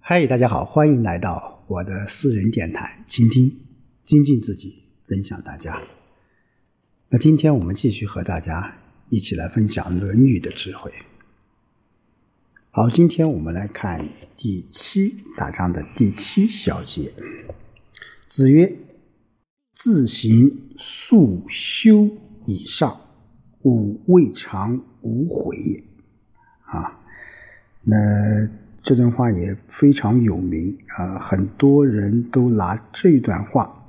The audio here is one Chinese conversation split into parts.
嗨，大家好，欢迎来到我的私人电台，倾听，精进自己，分享大家。那今天我们继续和大家一起来分享《论语》的智慧。好，今天我们来看第7大章的第7小节。子曰：自行速修以上，吾未尝无悔也。那这段话也非常有名很多人都拿这段话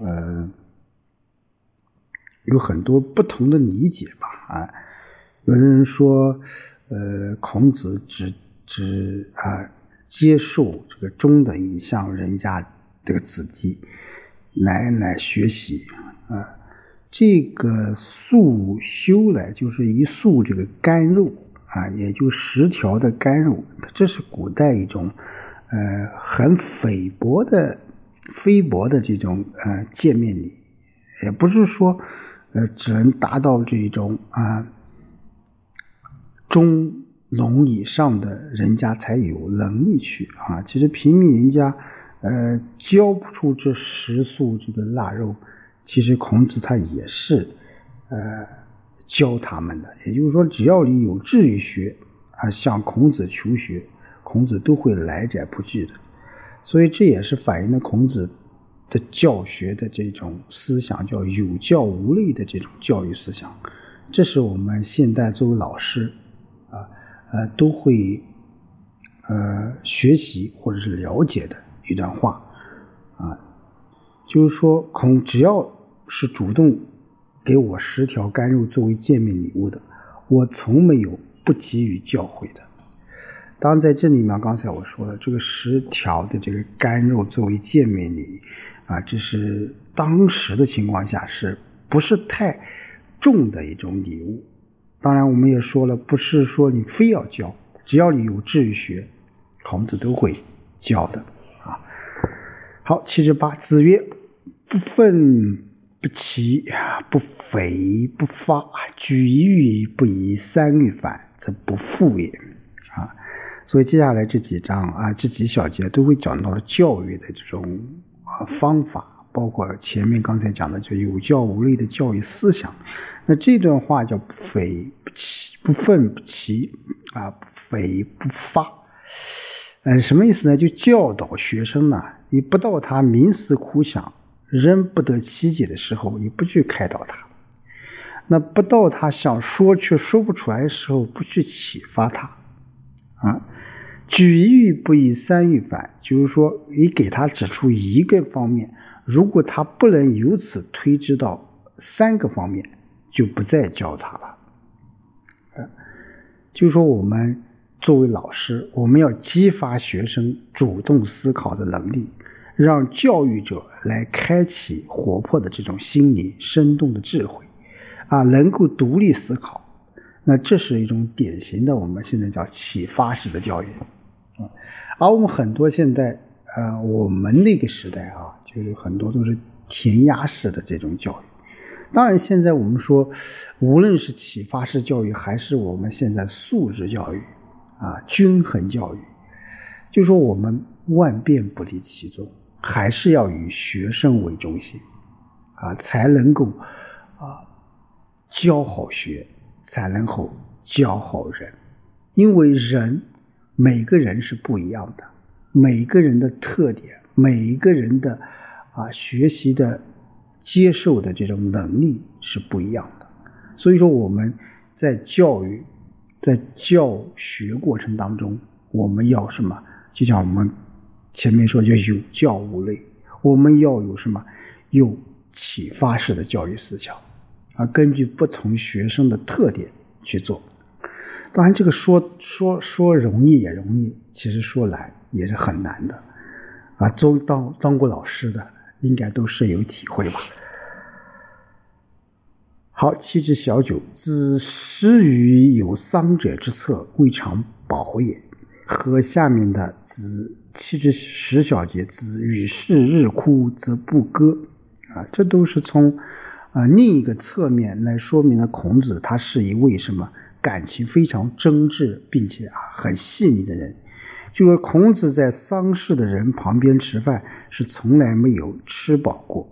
有很多不同的理解吧有的人说孔子只接受这个忠的以向人家这个子弟来学习这个素修来就是一素这个干肉也就10条的干肉，这是古代一种很菲薄的这种见面礼，也不是说只能达到这种中农以上的人家才有能力去其实平民人家教不出这10素这个腊肉，其实孔子他也是教他们的，也就是说只要你有志于学向孔子求学，孔子都会来者不拒的。所以这也是反映了孔子的教学的这种思想，叫有教无类的这种教育思想。这是我们现代作为老师都会学习或者是了解的一段话就是说只要是主动给我10条干肉作为见面礼物的，我从没有不给予教诲的。当然在这里面刚才我说了，这个10条的这个干肉作为见面礼这是当时的情况下是不是太重的一种礼物。当然我们也说了，不是说你非要教，只要你有志于学，孔子都会教的好，78子曰：不愤不齐，不悱不发，举一隅不以3隅反，则不复也所以接下来这几章这几小节都会讲到教育的这种方法，包括前面刚才讲的就有教无类的教育思想。那这段话叫不悱不齐，不愤不齐不悱不发什么意思呢？就教导学生呢，你不到他冥思苦想仍不得其解的时候，你不去开导他；那不到他想说却说不出来的时候，不去启发他举一隅不以3隅反，就是说你给他指出一个方面，如果他不能由此推知到3个方面，就不再教他了就是说我们作为老师，我们要激发学生主动思考的能力，让教育者来开启活泼的这种心理，生动的智慧能够独立思考。那这是一种典型的我们现在叫启发式的教育而我们很多现在我们那个时代就是很多都是填鸭式的这种教育。当然现在我们说无论是启发式教育还是我们现在素质教育均衡教育，就说我们万变不离其宗，还是要以学生为中心才能够教好学，才能够教好人。因为每个人是不一样的，每个人的特点，每一个人的学习的接受的这种能力是不一样的。所以说我们在教育在教学过程当中，我们要什么？就像我们前面说，就有教无类，我们要有什么？有启发式的教育思想根据不同学生的特点去做。当然这个说容易也容易，其实说难也是很难的当过老师的应该都深有体会吧。好，7小9子食于有丧者之侧，未尝饱也。和下面的7-10小节子与世日哭则不歌这都是从另一个侧面来说明了孔子他是一位什么感情非常真挚并且很细腻的人。 就说孔子在丧事的人旁边吃饭是从来没有吃饱过。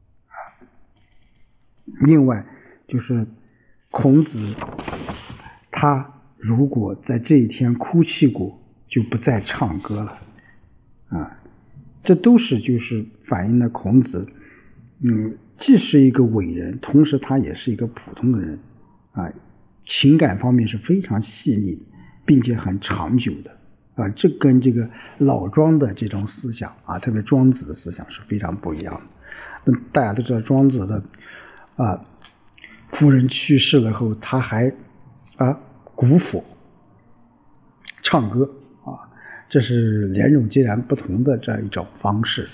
另外就是孔子他如果在这一天哭泣过，就不再唱歌了这都是就是反映了孔子既是一个伟人，同时他也是一个普通的人情感方面是非常细腻的，并且很长久的这跟这个老庄的这种思想特别庄子的思想是非常不一样的。那大家都知道庄子的夫人去世了后，他还鼓佛唱歌这是两种截然不同的这样一种方式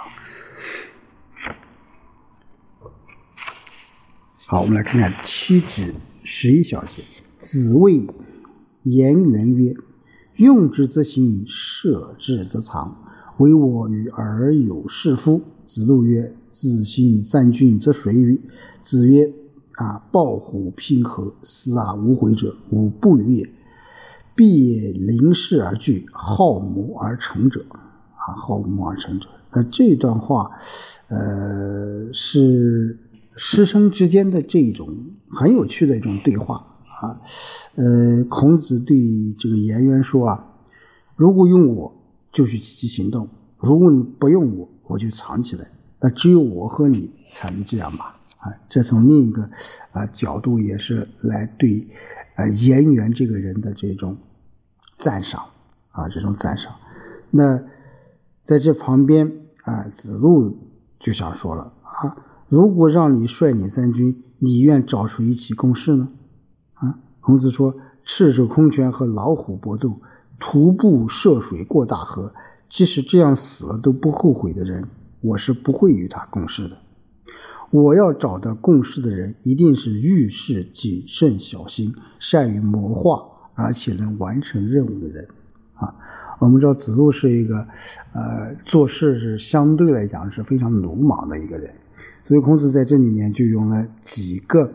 好，我们来看看7至11小节。子谓颜渊曰：用之则行，舍之则藏。唯我与尔有是夫。子路曰：自行三军，则谁与？子曰：抱虎平和，死无悔者，吾不与也。必也临事而惧，好谋而成者。好谋而成者。这段话是师生之间的这种很有趣的一种对话孔子对这个颜渊说如果用我就去积极行动，如果你不用我，我就藏起来，只有我和你才能这样吧这从另一个角度也是来对颜渊这个人的这种赞赏这种赞赏。那在这旁边子路就想说了如果让你率领三军，你愿找谁一起共事呢孔子说：赤手空拳和老虎搏斗，徒步涉水过大河，即使这样死了都不后悔的人，我是不会与他共事的。我要找的共事的人一定是遇事谨慎小心，善于谋划，而且能完成任务的人我们知道子路是一个做事是相对来讲是非常鲁莽的一个人，所以孔子在这里面就用了几个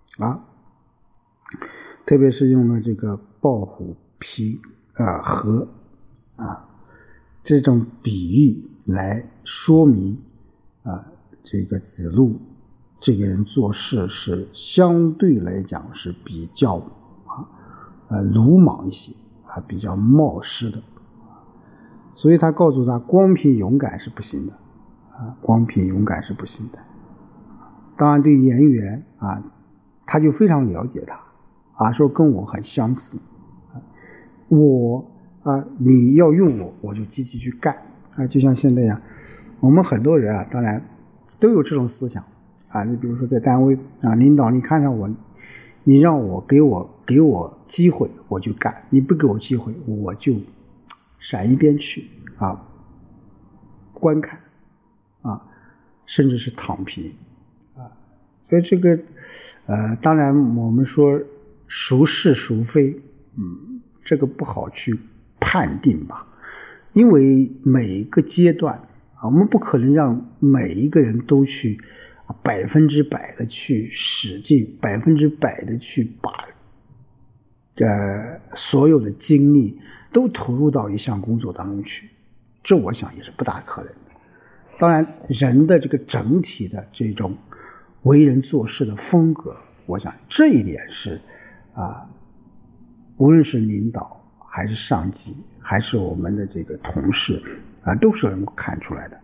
特别是用了这个抱虎平和这种比喻来说明这个子路这个人做事是相对来讲是比较鲁莽一些比较冒失的所以他告诉他光凭勇敢是不行的光凭勇敢是不行的。当然对颜渊他就非常了解他说跟我很相似你要用我，我就积极去干就像现在呀我们很多人当然都有这种思想你比如说在单位领导你看上我，你让我给我机会我就干，你不给我机会我就闪一边去观看甚至是躺平所以这个当然我们说孰是孰非这个不好去判定吧，因为每一个阶段我们不可能让每一个人都去100%的去使劲100%的去把所有的精力都投入到一项工作当中去，这我想也是不大可能的。当然人的这个整体的这种为人做事的风格，我想这一点是无论是领导还是上级还是我们的这个同事都是能够看出来的。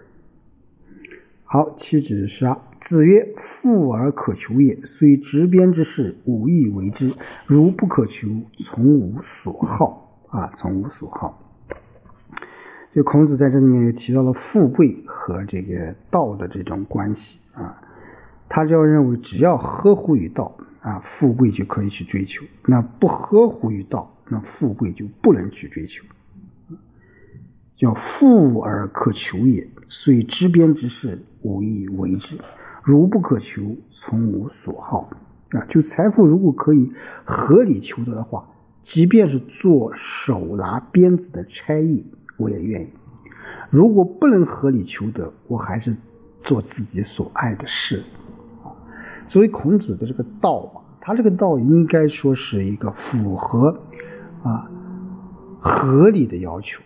好，7至12。子曰：富而可求也，虽执鞭之事，无亦为之。如不可求，从无所好从无所好。就孔子在这里面也提到了富贵和这个道的这种关系他就要认为只要合乎于道富贵就可以去追求，那不合乎于道，那富贵就不能去追求。叫富而可求也，虽执鞭之事，无亦为之。如不可求，从无所好就财富如果可以合理求得的话，即便是做手拿鞭子的差役我也愿意，如果不能合理求得，我还是做自己所爱的事所以孔子的这个道他这个道应该说是一个符合合理的要求，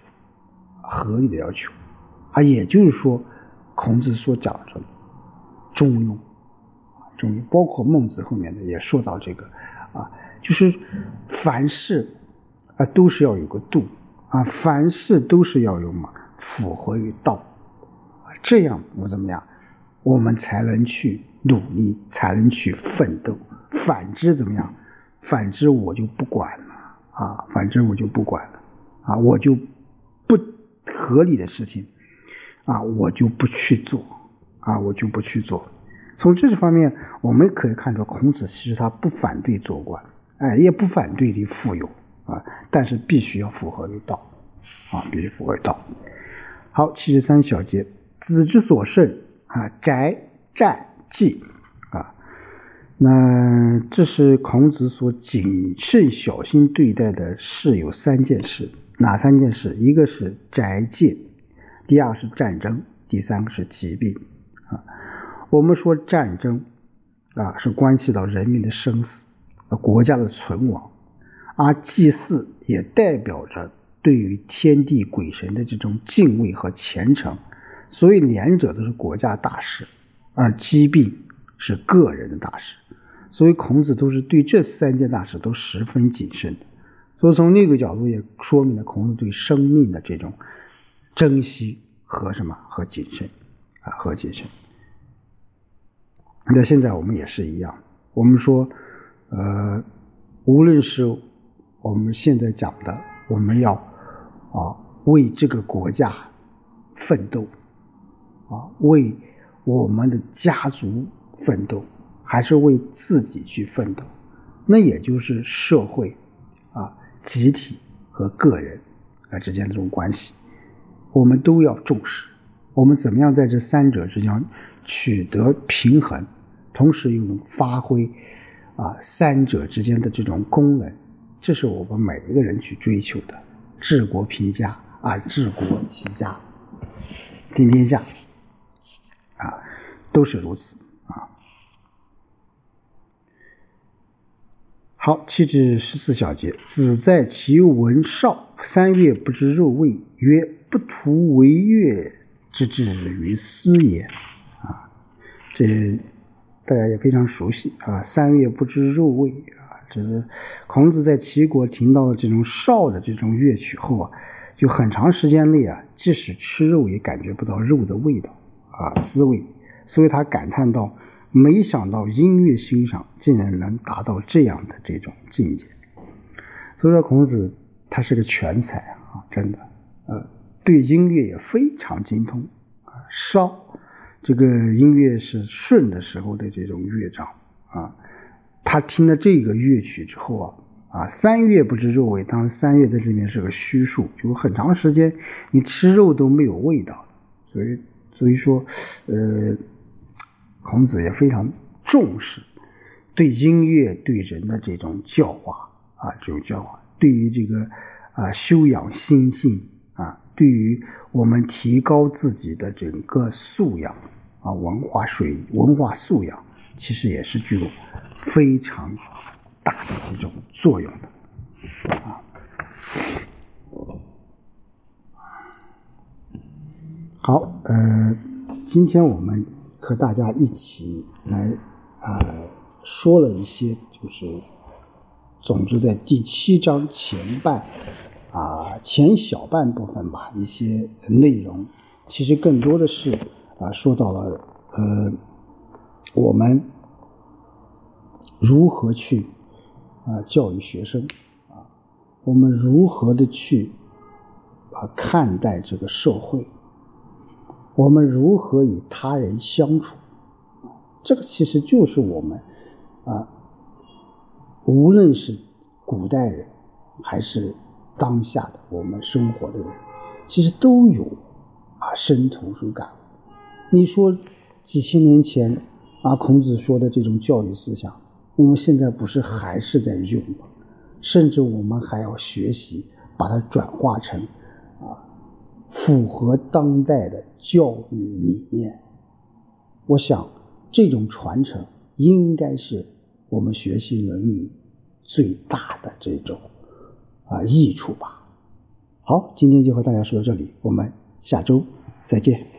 也就是说，孔子所讲的中庸，包括孟子后面的也说到这个就是凡事都是要有个度凡事都是要有符合于道这样我们才能去努力，才能去奋斗。反之怎么样？反之我就不管了我就不合理的事情我就不去做从这方面我们可以看出，孔子其实他不反对做官也不反对你富有但是必须要符合于道好，73小节，子之所慎宅战祭那这是孔子所谨慎小心对待的事有3件事。哪3件事？一个是宅戒，第二是战争，第三个是疾病我们说战争是关系到人民的生死国家的存亡祭祀也代表着对于天地鬼神的这种敬畏和虔诚，所以两者都是国家大事，而疾病是个人的大事，所以孔子都是对这3件大事都十分谨慎的。所以从那个角度也说明了孔子对生命的这种珍惜和谨慎那现在我们也是一样，我们说无论是我们现在讲的我们要为这个国家奋斗为我们的家族奋斗，还是为自己去奋斗，那也就是社会集体和个人之间的这种关系，我们都要重视。我们怎么样在这3者之间取得平衡，同时又能发挥3者之间的这种功能，这是我们每一个人去追求的。治国平家治国齐家平天下都是如此好，7-14小节，子在其文少，3月不知肉味，曰：不图为乐之至于斯也这大家也非常熟悉3月不知肉味这是孔子在齐国听到了这种少的这种乐曲后就很长时间内即使吃肉也感觉不到肉的味道滋味，所以他感叹到，没想到音乐欣赏竟然能达到这样的这种境界。所以说孔子他是个全才真的对音乐也非常精通少这个音乐是舜的时候的这种乐章他听了这个乐曲之后3月不知肉味，当然3月在这边是个虚数，就很长时间你吃肉都没有味道，所以说孔子也非常重视对音乐对人的这种教化对于这个修养心性对于我们提高自己的整个素养文化素养，其实也是具有非常大的这种作用的好今天我们和大家一起来说了一些，就是总之在第7章前小半部分吧，一些内容其实更多的是说到了我们如何去教育学生我们如何的去看待这个社会，我们如何与他人相处，这个其实就是我们无论是古代人还是当下的我们生活的人，其实都有深同属感。你说几千年前孔子说的这种教育思想，我们现在不是还是在用吗？甚至我们还要学习把它转化成符合当代的教育理念。我想这种传承应该是我们学习《论语》最大的这种益处吧。 好，今天就和大家说到这里，我们下周再见。